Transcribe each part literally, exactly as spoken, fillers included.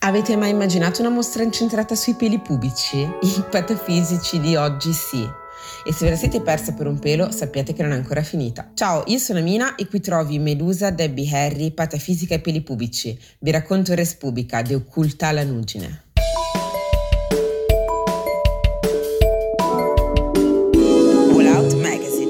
Avete mai immaginato una mostra incentrata sui peli pubici? I patafisici di oggi sì. E se ve la siete persa per un pelo, sappiate che non è ancora finita. Ciao, io sono Mina e qui trovi Medusa, Debbie Harry, patafisica e peli pubici. Vi racconto res pubica, de occulta lanugine. All Out Magazine.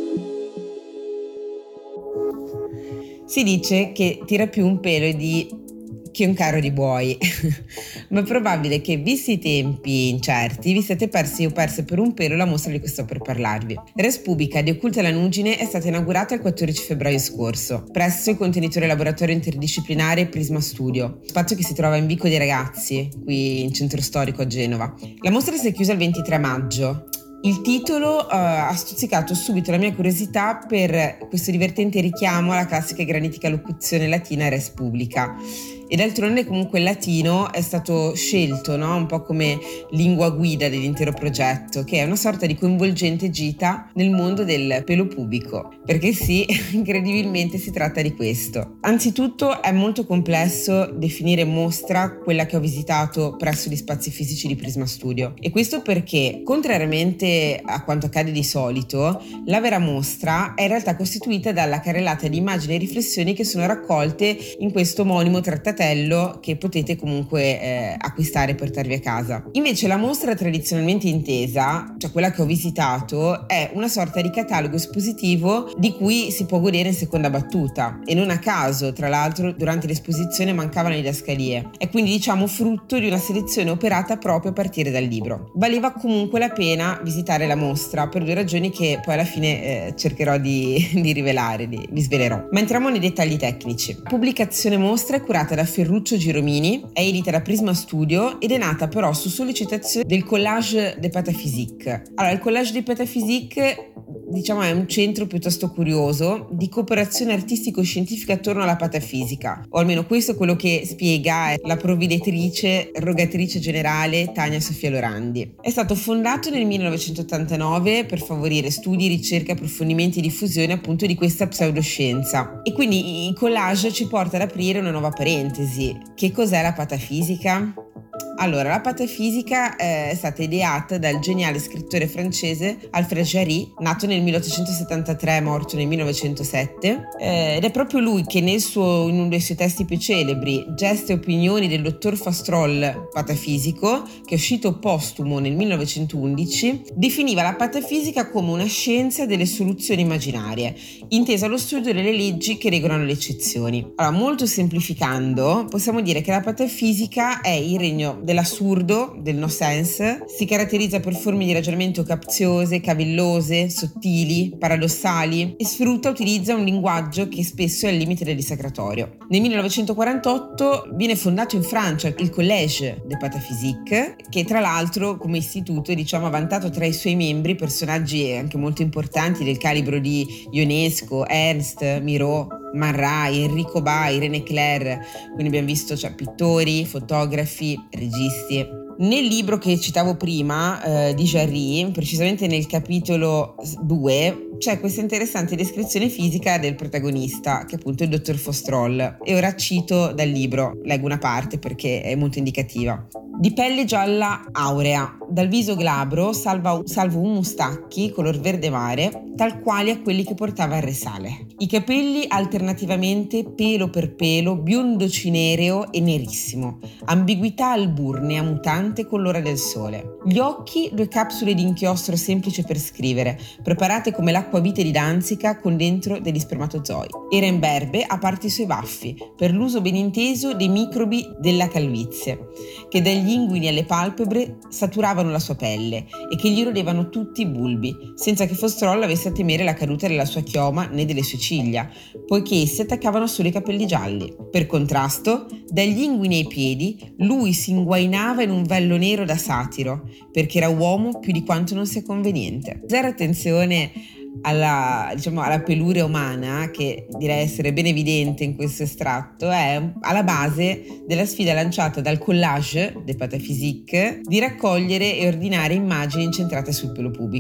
Si dice che tira più un pelo di che un carro di buoi, ma è probabile che, visti i tempi incerti, vi siete persi o perse per un pelo la mostra di cui sto per parlarvi. Res Pubica di Occulta Lanugine è stata inaugurata il quattordici febbraio scorso, presso il contenitore laboratorio interdisciplinare Prisma Studio, spazio che si trova in Vico dei Ragazzi, qui in centro storico a Genova. La mostra si è chiusa il ventitré maggio. Il titolo uh, ha stuzzicato subito la mia curiosità per questo divertente richiamo alla classica e granitica locuzione latina res publica. E d'altronde comunque il latino è stato scelto, no? Un po' come lingua guida dell'intero progetto, che è una sorta di coinvolgente gita nel mondo del pelo pubico. Perché sì, incredibilmente si tratta di questo. Anzitutto è molto complesso definire mostra quella che ho visitato presso gli spazi fisici di Prisma Studio. E questo perché, contrariamente a quanto accade di solito, la vera mostra è in realtà costituita dalla carrellata di immagini e riflessioni che sono raccolte in questo omonimo trattato che potete comunque eh, acquistare e portarvi a casa. Invece la mostra tradizionalmente intesa, cioè quella che ho visitato, è una sorta di catalogo espositivo di cui si può godere in seconda battuta, e non a caso, tra l'altro, durante l'esposizione mancavano le didascalie. È quindi, diciamo, frutto di una selezione operata proprio a partire dal libro. Valeva comunque la pena visitare la mostra per due ragioni che poi alla fine eh, cercherò di, di rivelare, di, vi svelerò. Ma entriamo nei dettagli tecnici. La pubblicazione mostra è curata da Ferruccio Giromini, è edita da Prisma Studio ed è nata però su sollecitazione del Collage des Pataphysiques. Allora, il Collage des Pataphysiques, diciamo, è un centro piuttosto curioso di cooperazione artistico-scientifica attorno alla patafisica, o almeno questo è quello che spiega la provveditrice, erogatrice generale Tania Sofia Lorandi. È stato fondato nel millenovecentottantanove per favorire studi, ricerche, approfondimenti e diffusione appunto di questa pseudoscienza. E quindi il collage ci porta ad aprire una nuova parentesi. Che cos'è la patafisica? Allora, la patafisica eh, è stata ideata dal geniale scrittore francese Alfred Jarry, nato nel milleottocentosettantatré e morto nel millenovecentosette, eh, ed è proprio lui che nel suo, in uno dei suoi testi più celebri, Geste e opinioni del dottor Fastrol patafisico, che è uscito postumo nel millenovecentoundici, definiva la patafisica come una scienza delle soluzioni immaginarie, intesa allo studio delle leggi che regolano le eccezioni. Allora, molto semplificando, possiamo dire che la patafisica è il regno dell'assurdo, del no sense, si caratterizza per forme di ragionamento capziose, cavillose, sottili, paradossali e sfrutta, utilizza un linguaggio che spesso è al limite del dissacratorio. Nel millenovecentoquarantotto viene fondato in Francia il Collège des Pataphysiques, che tra l'altro come istituto, diciamo, ha vantato tra i suoi membri personaggi anche molto importanti del calibro di Ionesco, Ernst, Miro, Man Ray, Enrico Bai, René Clair, quindi abbiamo visto, cioè, pittori, fotografi, registi. Nel libro che citavo prima eh, di Jarry, precisamente nel capitolo due, c'è questa interessante descrizione fisica del protagonista, che è appunto il dottor Fastrol. E ora cito dal libro, leggo una parte perché è molto indicativa. Di pelle gialla aurea, dal viso glabro, salva, salvo un mustacchi color verde mare, tal quali a quelli che portava il resale. I capelli alternativamente pelo per pelo, biondo cinereo e nerissimo, ambiguità alburnea mutante con l'ora del sole. Gli occhi, due capsule di inchiostro semplice per scrivere, preparate come l'acquavite di Danzica con dentro degli spermatozoi. Era imberbe a parte i suoi baffi, per l'uso ben inteso dei microbi della calvizie, che dagli inguini alle palpebre saturavano la sua pelle e che gli rodevano tutti i bulbi, senza che Fastrol avesse a temere la caduta della sua chioma né delle sue ciglia, poiché essi attaccavano solo i capelli gialli. Per contrasto, dagli inguini ai piedi, lui si inguainava in un vello nero da satiro, perché era uomo più di quanto non sia conveniente. Zero attenzione alla, diciamo, alla peluria umana, che direi essere ben evidente in questo estratto, è alla base della sfida lanciata dal Collage des Pataphysiques di raccogliere e ordinare immagini incentrate sul pelo pubico.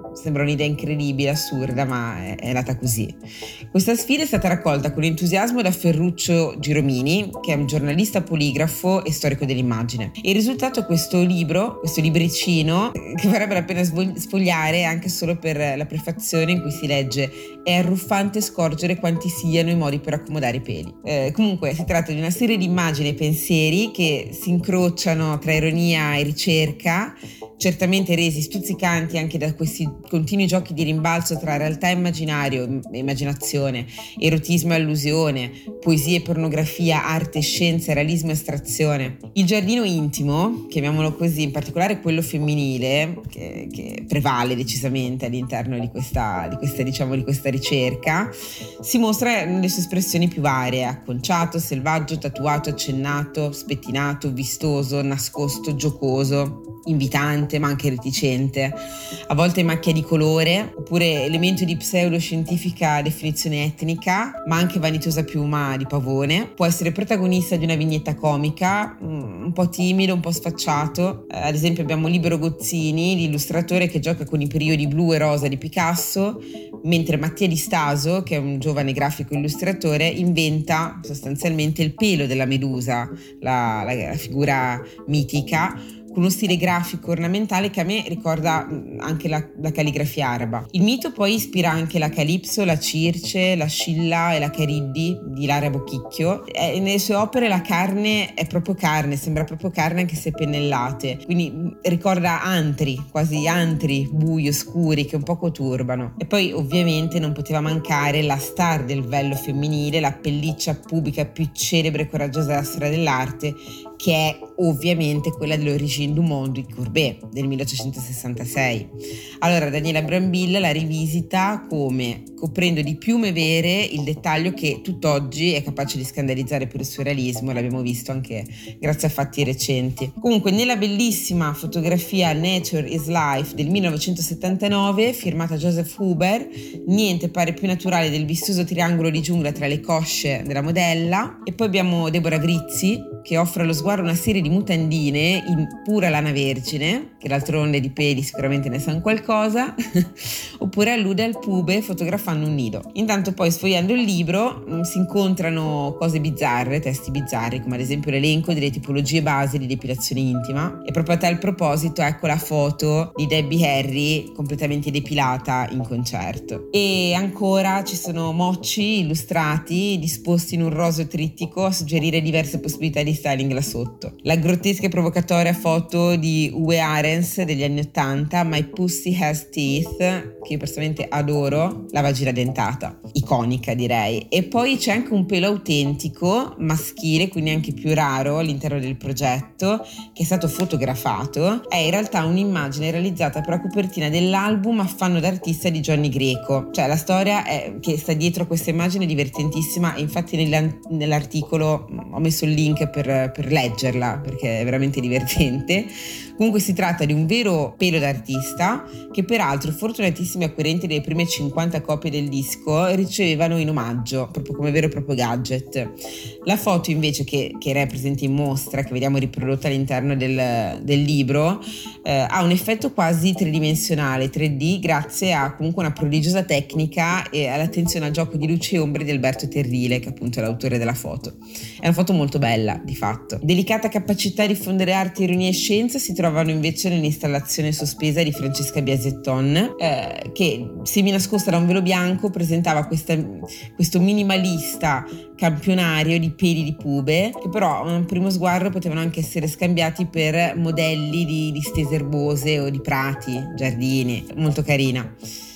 sembra un'idea incredibile, assurda, ma è, è nata così. Questa sfida è stata raccolta con entusiasmo da Ferruccio Giromini, che è un giornalista poligrafo e storico dell'immagine. Il risultato è questo libro, questo libricino, che varrebbe la pena sfogliare anche solo per la prefazione in cui si legge: è arruffante scorgere quanti siano i modi per accomodare i peli. Eh, comunque si tratta di una serie di immagini e pensieri che si incrociano tra ironia e ricerca, certamente resi stuzzicanti anche da questi continui giochi di rimbalzo tra realtà e immaginario, immaginazione, erotismo e allusione, poesia e pornografia, arte e scienza, realismo e astrazione. Il giardino intimo, chiamiamolo così, in particolare quello femminile, che, che prevale decisamente all'interno di questa, di questa, diciamo, di questa ricerca, si mostra nelle sue espressioni più varie: acconciato, selvaggio, tatuato, accennato, spettinato, vistoso, nascosto, giocoso, invitante ma anche reticente, a volte macchia di colore, oppure elemento di pseudoscientifica definizione etnica, ma anche vanitosa piuma di pavone. Può essere protagonista di una vignetta comica, un po' timido, un po' sfacciato. Eh, ad esempio abbiamo Libero Gozzini, l'illustratore che gioca con i periodi blu e rosa di Picasso, mentre Mattia Di Staso, che è un giovane grafico illustratore, inventa sostanzialmente il pelo della Medusa, la, la, la figura mitica, con uno stile grafico ornamentale che a me ricorda anche la, la calligrafia araba. Il mito poi ispira anche la Calipso, la Circe, la Scilla e la Cariddi di Ilaria Bocchicchio. E nelle sue opere la carne è proprio carne, sembra proprio carne anche se pennellate, quindi ricorda antri, quasi antri bui, oscuri, che un poco turbano. E poi ovviamente non poteva mancare la star del vello femminile, la pelliccia pubica più celebre e coraggiosa della storia dell'arte, che è ovviamente quella dell'Origine du Monde di Courbet del milleottocentosessantasei. Allora Daniela Brambilla la rivisita come coprendo di piume vere il dettaglio che tutt'oggi è capace di scandalizzare per il suo realismo, l'abbiamo visto anche grazie a fatti recenti. Comunque nella bellissima fotografia Nature is Life del millenovecentosettantanove firmata Joseph Huber, niente pare più naturale del vistoso triangolo di giungla tra le cosce della modella. E poi abbiamo Deborah Grizzi che offre allo sguardo una serie di mutandine in pura lana vergine, che d'altronde di peli sicuramente ne sanno qualcosa, oppure allude al pube fotografando un nido. Intanto poi sfogliando il libro mh, si incontrano cose bizzarre, testi bizzarri, come ad esempio l'elenco delle tipologie base di depilazione intima, e proprio a tal proposito ecco la foto di Debbie Harry completamente depilata in concerto. E ancora ci sono mocci illustrati disposti in un roseo trittico a suggerire diverse possibilità di styling là sotto. La grottesca e provocatoria foto di Uwe Arens degli anni ottanta, My Pussy Has Teeth, che io personalmente adoro, la vagina dentata, iconica direi. E poi c'è anche un pelo autentico, maschile, quindi anche più raro all'interno del progetto, che è stato fotografato. È in realtà un'immagine realizzata per la copertina dell'album Affanno d'artista di Johnny Greco. Cioè la storia è, che sta dietro a questa immagine è divertentissima, e infatti nell'articolo ho messo il link per Per, per leggerla perché è veramente divertente. Comunque si tratta di un vero pelo d'artista che peraltro fortunatissimi acquirenti delle prime cinquanta copie del disco ricevevano in omaggio, proprio come vero e proprio gadget. La foto invece che, che era presente in mostra, che vediamo riprodotta all'interno del, del libro, eh, ha un effetto quasi tridimensionale, tre D, grazie a comunque una prodigiosa tecnica e all'attenzione al gioco di luce e ombre di Alberto Terrile, che appunto è l'autore della foto. È una foto molto bella, di fatto. Delicata capacità di fondere arte, ironia e scienza si trovano invece nell'installazione sospesa di Francesca Biasetton, eh, che semi nascosta da un velo bianco presentava questa, questo minimalista campionario di peli di pube, che però a un primo sguardo potevano anche essere scambiati per modelli di distese erbose o di prati, giardini. Molto carina.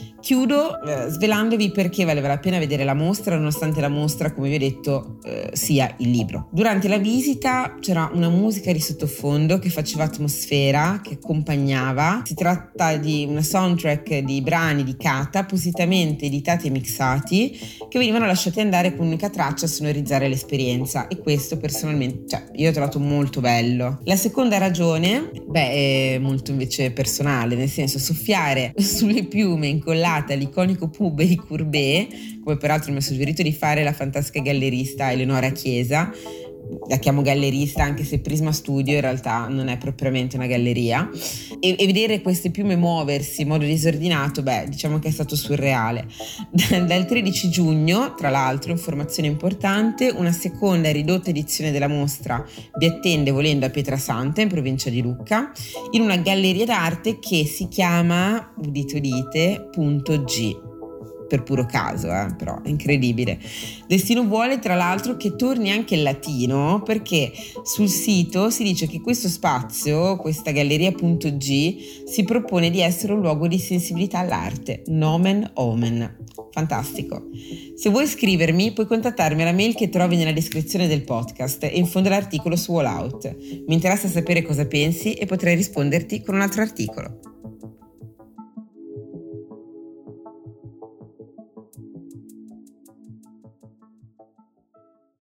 Chiudo eh, svelandovi perché valeva la pena vedere la mostra, nonostante la mostra, come vi ho detto, eh, sia il libro. Durante la visita c'era una musica di sottofondo che faceva atmosfera, che accompagnava. Si tratta di una soundtrack di brani di Kata, appositamente editati e mixati, che venivano lasciati andare con un'unica traccia a sonorizzare l'esperienza, e questo personalmente, cioè, io ho trovato molto bello. La seconda ragione, beh, è molto invece personale, nel senso soffiare sulle piume incollate all'iconico pube di Courbet, come peraltro mi ha suggerito di fare la fantastica gallerista Eleonora Chiesa, la chiamo gallerista anche se Prisma Studio in realtà non è propriamente una galleria, e, e vedere queste piume muoversi in modo disordinato, beh, diciamo che è stato surreale. Dal tredici giugno, tra l'altro, informazione importante, una seconda e ridotta edizione della mostra vi attende volendo a Pietrasanta, in provincia di Lucca, in una galleria d'arte che si chiama, udite udite, punto G. Per puro caso, eh, però è incredibile. Destino vuole tra l'altro che torni anche il latino, perché sul sito si dice che questo spazio, questa galleria.g, si propone di essere un luogo di sensibilità all'arte, nomen omen. Fantastico. Se vuoi scrivermi puoi contattarmi alla mail che trovi nella descrizione del podcast e in fondo all'articolo su Wallout. Mi interessa sapere cosa pensi e potrei risponderti con un altro articolo.